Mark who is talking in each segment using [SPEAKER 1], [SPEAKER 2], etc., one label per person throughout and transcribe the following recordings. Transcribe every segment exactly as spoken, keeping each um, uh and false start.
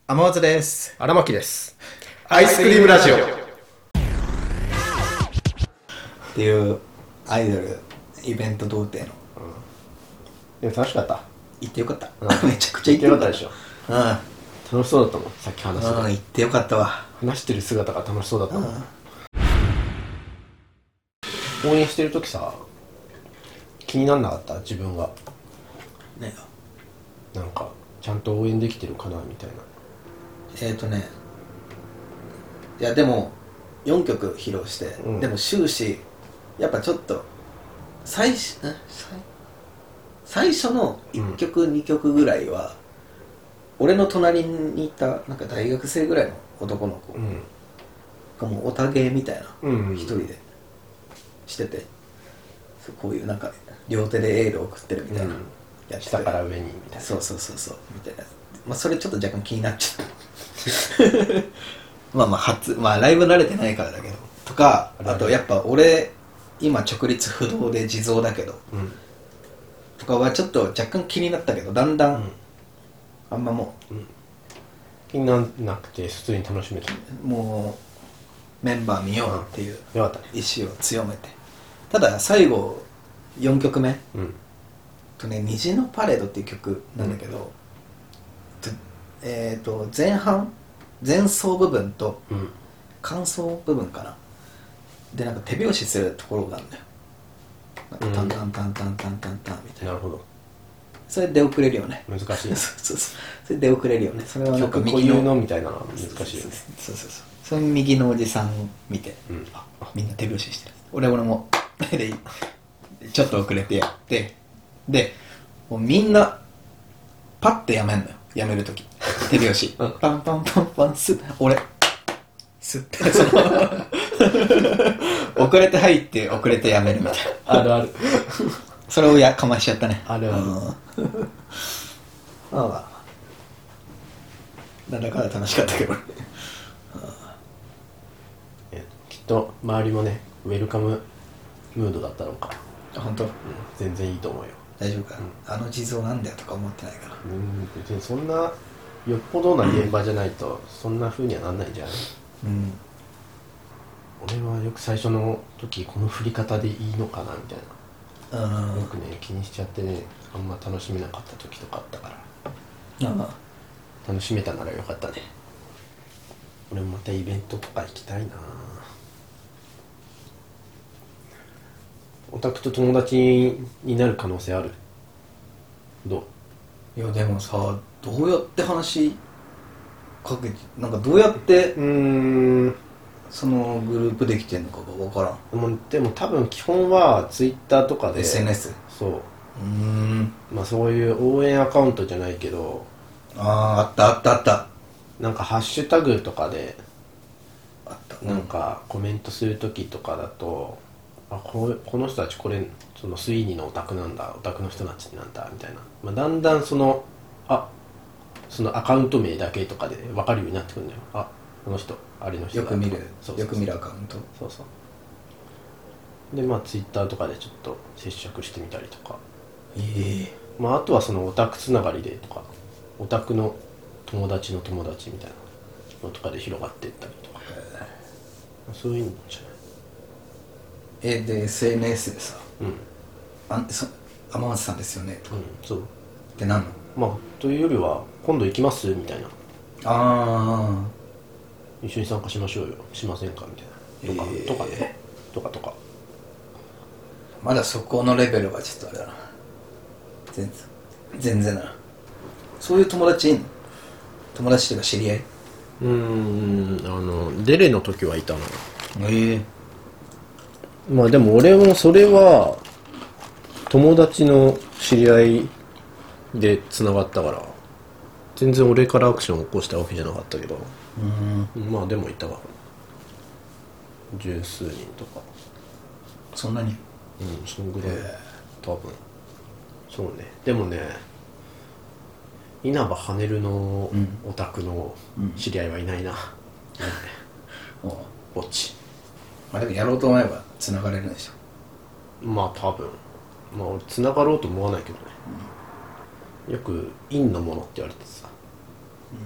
[SPEAKER 1] 天松です。
[SPEAKER 2] 荒牧です。
[SPEAKER 1] アイスクリームラジオっていうアイドルイベント童貞の、
[SPEAKER 2] うん、でも楽しかった。
[SPEAKER 1] 行ってよかった、
[SPEAKER 2] うん、
[SPEAKER 1] めちゃくちゃ行ってよかった
[SPEAKER 2] でしょ。
[SPEAKER 1] うん、
[SPEAKER 2] 楽しそうだったもん、さっき話して。
[SPEAKER 1] うん、行ってよかったわ。
[SPEAKER 2] 話してる姿が楽しそうだったもん、うん、応援してる時さ、気になんなかった？自分が
[SPEAKER 1] ね、
[SPEAKER 2] なんかちゃんと応援できてるかなみたいな。
[SPEAKER 1] えーとねいやでもよんきょく披露して、うん、でも終始やっぱちょっと最初最初のいっきょく、うん、にきょくぐらいは俺の隣にいたなんか大学生ぐらいの男の子がもうオタゲーみたいな、うん、一人でしてて、こういうなんか両手でエールを送ってるみたいな、うん、
[SPEAKER 2] や下から上にみたいな、
[SPEAKER 1] そうそうそうそうみたいな、まあ、それちょっと若干気になっちゃったまあまあ初まあライブ慣れてないからだけどとか、あとやっぱ俺今直立不動で地蔵だけど、うん、とかはちょっと若干気になったけど、だんだん、うん、あんまもう、うん、
[SPEAKER 2] 気にならなくて普通に楽しめた。
[SPEAKER 1] もうメンバー見ようっていう意思を強めて、ただ最後よんきょくめ、うん、とね、虹のパレードっていう曲なんだけど、うん、えーと前半前奏部分と間奏部分かな、でなんか手拍子するところがあるんだよ。なんかタンタンタンタンタンタンタンみたいな。
[SPEAKER 2] なるほど。
[SPEAKER 1] それ出遅れるよね。
[SPEAKER 2] 難しい。
[SPEAKER 1] そうそうそう。それ出遅れるよね。それはなんか
[SPEAKER 2] 右の曲固有のみたいなのは難しいよね。
[SPEAKER 1] そうそうそう。それ右のおじさん見て、うん、あみんな手拍子してる。俺俺もでちょっと遅れてやって、でもうみんなパッてやめんのよ。やめるとき手拍子、うん、パンパンパンパンスッ、俺スッてその遅れて入って遅れてやめるみたいな。
[SPEAKER 2] あるある
[SPEAKER 1] それをやかましちゃったね。
[SPEAKER 2] あるある。
[SPEAKER 1] まあまあなんだかんだ楽しかったけど
[SPEAKER 2] えきっと周りもねウェルカムムードだったろうから。
[SPEAKER 1] 本当、うん、
[SPEAKER 2] 全然いいと思うよ。
[SPEAKER 1] 大丈夫か、うん、あの地蔵なんだよとか思ってないから。
[SPEAKER 2] うん別にそんなよっぽどな現場じゃないとそんな風にはなんないんじゃない？うん、俺はよく最初の時この振り方でいいのかなみたいな、うん、よくね気にしちゃってね、あんま楽しめなかった時とかあったから、うん、楽しめたならよかったね。俺もまたイベントとか行きたいな。オタクと友達になる可能性ある？ど
[SPEAKER 1] う？いやでもさ、どうやって話かけて、なんかどうやってうーんそのグループできてんのかが分からん。
[SPEAKER 2] でも、でも多分基本はツイッターとかで
[SPEAKER 1] エスエヌエス。
[SPEAKER 2] そう、うーんまあそういう応援アカウントじゃないけど、
[SPEAKER 1] あああったあったあった、
[SPEAKER 2] なんかハッシュタグとかで
[SPEAKER 1] あった、うん、
[SPEAKER 2] なんかコメントする時とかだと、あ こ, この人たちこれそのスイーニーのオタクなんだ、オタクの人たちなんだみたいな、まあ、だんだんそのあそのアカウント名だけとかで分かるようになってくるんだよ。あこの人あれの人
[SPEAKER 1] だよく見る、
[SPEAKER 2] そうそうそう、
[SPEAKER 1] よく見るアカウント、
[SPEAKER 2] そうそうでまあツイッターとかでちょっと接触してみたりとか、
[SPEAKER 1] えー
[SPEAKER 2] まあ、あとはそのオタクつながりでとかオタクの友達の友達みたいなのとかで広がっていったりとか、そういうのじゃない。
[SPEAKER 1] えで エスエヌエス でさ、
[SPEAKER 2] うん、
[SPEAKER 1] あそ天松さんですよねとか、うん、
[SPEAKER 2] そう
[SPEAKER 1] ってなんの？
[SPEAKER 2] まあというよりは今度行きますみたいな、
[SPEAKER 1] ああ
[SPEAKER 2] 一緒に参加しましょうよ、しませんかみたいなとか、えー、とかねとかとか。
[SPEAKER 1] まだそこのレベルはちょっとあれだな、全然全然な。そういう友達いんの？友達っていうか知り合い？
[SPEAKER 2] うーんあのデレの時はいたな。
[SPEAKER 1] ええー、
[SPEAKER 2] まあでも俺もそれは友達の知り合いでつながったから全然俺からアクションを起こしたわけじゃなかったけど、うんまあでもいたわ、十数人とか。
[SPEAKER 1] そんなに？
[SPEAKER 2] うんそのぐらい、多分そうね。でもね稲葉跳ねるのオタクの知り合いはいないな、うんうん、ぼっち。
[SPEAKER 1] まあでもやろうと思えば繋がれるでしょ。
[SPEAKER 2] まあ多分まあ俺繋がろうと思わないけどね、うん、よく陰のものって言われてさ、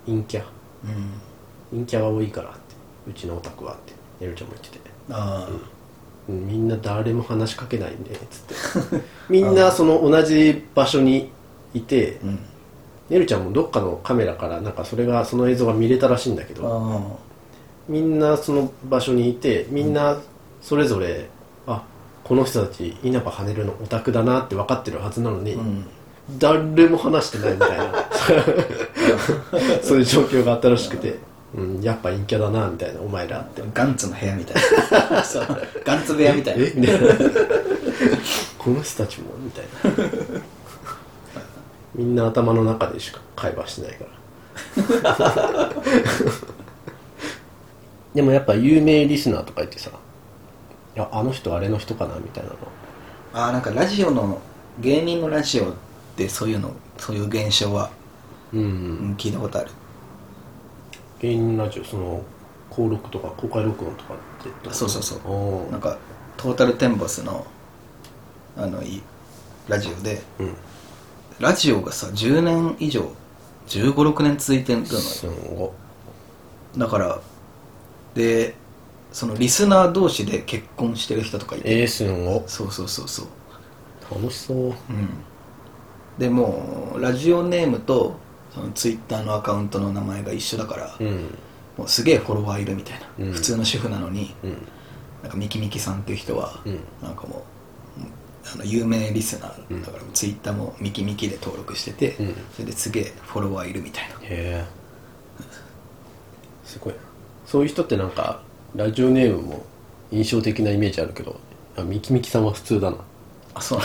[SPEAKER 2] 陰キャ、
[SPEAKER 1] うん、
[SPEAKER 2] 陰キャが多いからって、うちのオタクはってねるちゃんも言ってて、
[SPEAKER 1] あ、
[SPEAKER 2] うん、みんな誰も話しかけないんでつってみんなその同じ場所にいて、うん、ねるちゃんもどっかのカメラからなんかそれがその映像が見れたらしいんだけど、みんなその場所にいて、みんなそれぞれ、うん、あ、この人たち稲葉跳ねるのオタクだなって分かってるはずなのに、うん、誰も話してないみたいなそういう状況があったらしくて、うん、やっぱ陰キャだなみたいな、お前らって
[SPEAKER 1] ガンツの部屋みたいなそうガンツ部屋みたいな、えみたいな
[SPEAKER 2] この人たちもみたいなみんな頭の中でしか会話してないからでもやっぱ有名リスナーとかいてさ、いやあの人あれの人かなみたいなの、
[SPEAKER 1] あ、なんかラジオの芸人のラジオってそういうの、そういう現象は、うん、うん、聞いたことある。
[SPEAKER 2] 芸人ラジオ、その登録とか公開録音とかって、
[SPEAKER 1] そうそうそう、なんかトータルテンボスのあのラジオで、うん、ラジオがさじゅうねん以上じゅうご、ろくねん続いてるのよ。だからでそのリスナー同士で結婚してる人とかいて、
[SPEAKER 2] えー、すご
[SPEAKER 1] そうそうそうそう、
[SPEAKER 2] 楽しそう、うん、
[SPEAKER 1] でもうラジオネームとそのツイッターのアカウントの名前が一緒だから、うん、もうすげえフォロワーいるみたいな、うん、普通の主婦なのに、うん、なんかミキミキさんっていう人は、うん、なんかもうあの有名リスナーだから、うん、ツイッターもミキミキで登録してて、うん、それですげえフォロワーいるみたいな。へ
[SPEAKER 2] え、すごいな。そういう人ってなんかラジオネームも印象的なイメージあるけど、あ、ミキミキさんは普通だな。
[SPEAKER 1] あ、そう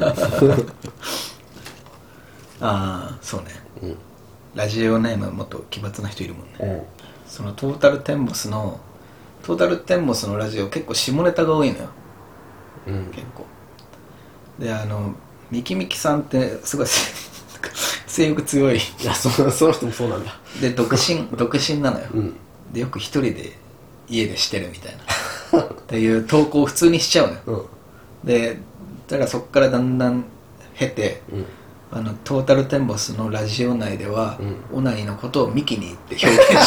[SPEAKER 1] ああ、そうね、うん、ラジオネームもっと奇抜な人いるもんね、うん、そのトータルテンボスのトータルテンボスのラジオ結構下ネタが多いのよ、うん、結構で、あのミキミキさんってすごい性欲強い。い
[SPEAKER 2] や、その、その人もそうなんだ。
[SPEAKER 1] で独身独身なのよ、うん、でよく一人で家でしてるみたいなっていう投稿を普通にしちゃうのよ、うん、でだからそこからだんだん経て、うん、あのトータルテンボスのラジオ内では、うん、オナニーのことをミキニーって表現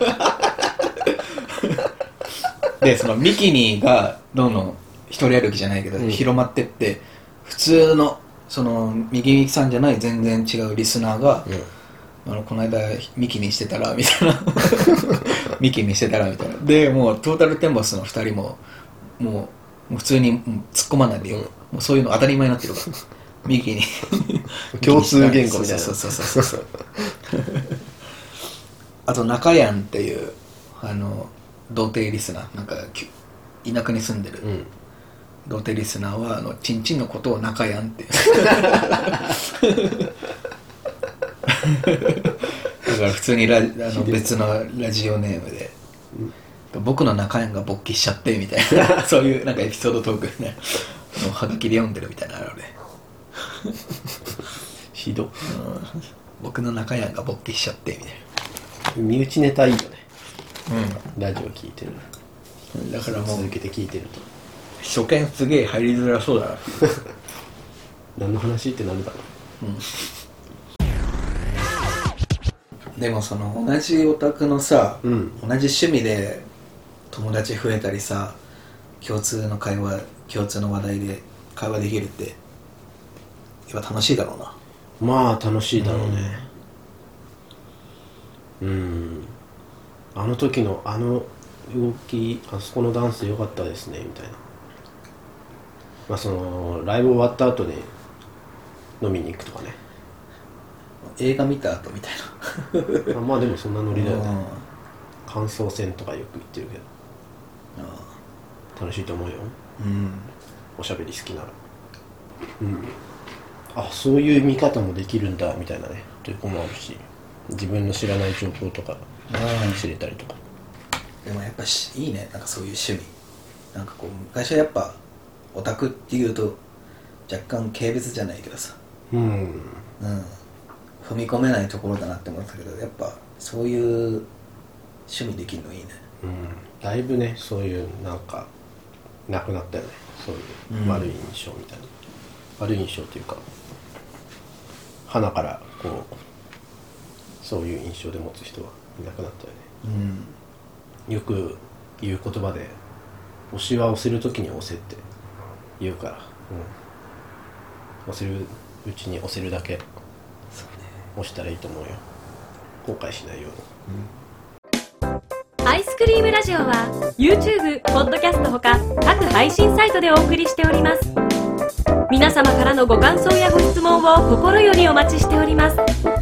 [SPEAKER 1] してでそのミキニーがどんどん一人歩きじゃないけど、うん、広まってって普通のそのミキミキさんじゃない全然違うリスナーが、うん、あのこの間ミキにしてたらみたいなミキにしてたらみたいなでもうトータルテンボスのふたりももうもう普通に突っ込まないでよ、うん、もうそういうの当たり前になってるからミキに
[SPEAKER 2] 共通言語みたいな。
[SPEAKER 1] そうそうそうそうあと中やんっていうあの童貞リスナー、なんか田舎に住んでる、うん、童貞リスナーはあのチンチンのことを中やんってだから普通にラあの別のラジオネームで、うん、僕の中やんが勃起しちゃってみたいなそういうなんかエピソードトークねもうはっきり読んでるみたいなので
[SPEAKER 2] ひど、うん、
[SPEAKER 1] 僕の中やんが勃起しちゃってみたい
[SPEAKER 2] な。身内ネタいいよね、うん、ラジオ聞いてる、
[SPEAKER 1] だからもう
[SPEAKER 2] 続けて聞いてると
[SPEAKER 1] 初見すげえ入りづらそうだな
[SPEAKER 2] 何の話ってなんだろう、
[SPEAKER 1] うん、でもその同じオタクのさ、うん、同じ趣味で友達増えたりさ、共通の会話共通の話題で会話できるってやっぱ楽しいだろうな。
[SPEAKER 2] まあ楽しいだろうね。うん、うん、あの時のあの動き、あそこのダンス良かったですねみたいな、まあそのライブ終わった後に飲みに行くとかね、
[SPEAKER 1] 映画見た後みたいな
[SPEAKER 2] まあでもそんなノリだよね。感想戦とかよく言ってるけど、あ楽しいと思うよ、うん、おしゃべり好きなら、うん、あそういう見方もできるんだみたいなねという子もあるし、自分の知らない情報とか知れたりとか。
[SPEAKER 1] でもやっぱしいいね、なんかそういう趣味。なんかこう昔はやっぱオタクっていうと若干軽蔑じゃないけどさ、うん、うん、踏み込めないところだなって思ったけど、やっぱそういう趣味できるのいいね。
[SPEAKER 2] うん、だいぶねそういうなんかなくなったよね、そういう悪い印象みたいな、うん、悪い印象というか鼻からこうそういう印象で持つ人はいなくなったよ
[SPEAKER 1] ね、
[SPEAKER 2] うん、よく言う言葉で押しは押せるときに押せって言うから、うん、押せるうちに押せるだけ押したらいいと思うよ。後悔しないように、
[SPEAKER 3] うん、アイスクリームラジオは YouTube、ポッドキャストほか各配信サイトでお送りしております。皆様からのご感想やご質問を心よりお待ちしております。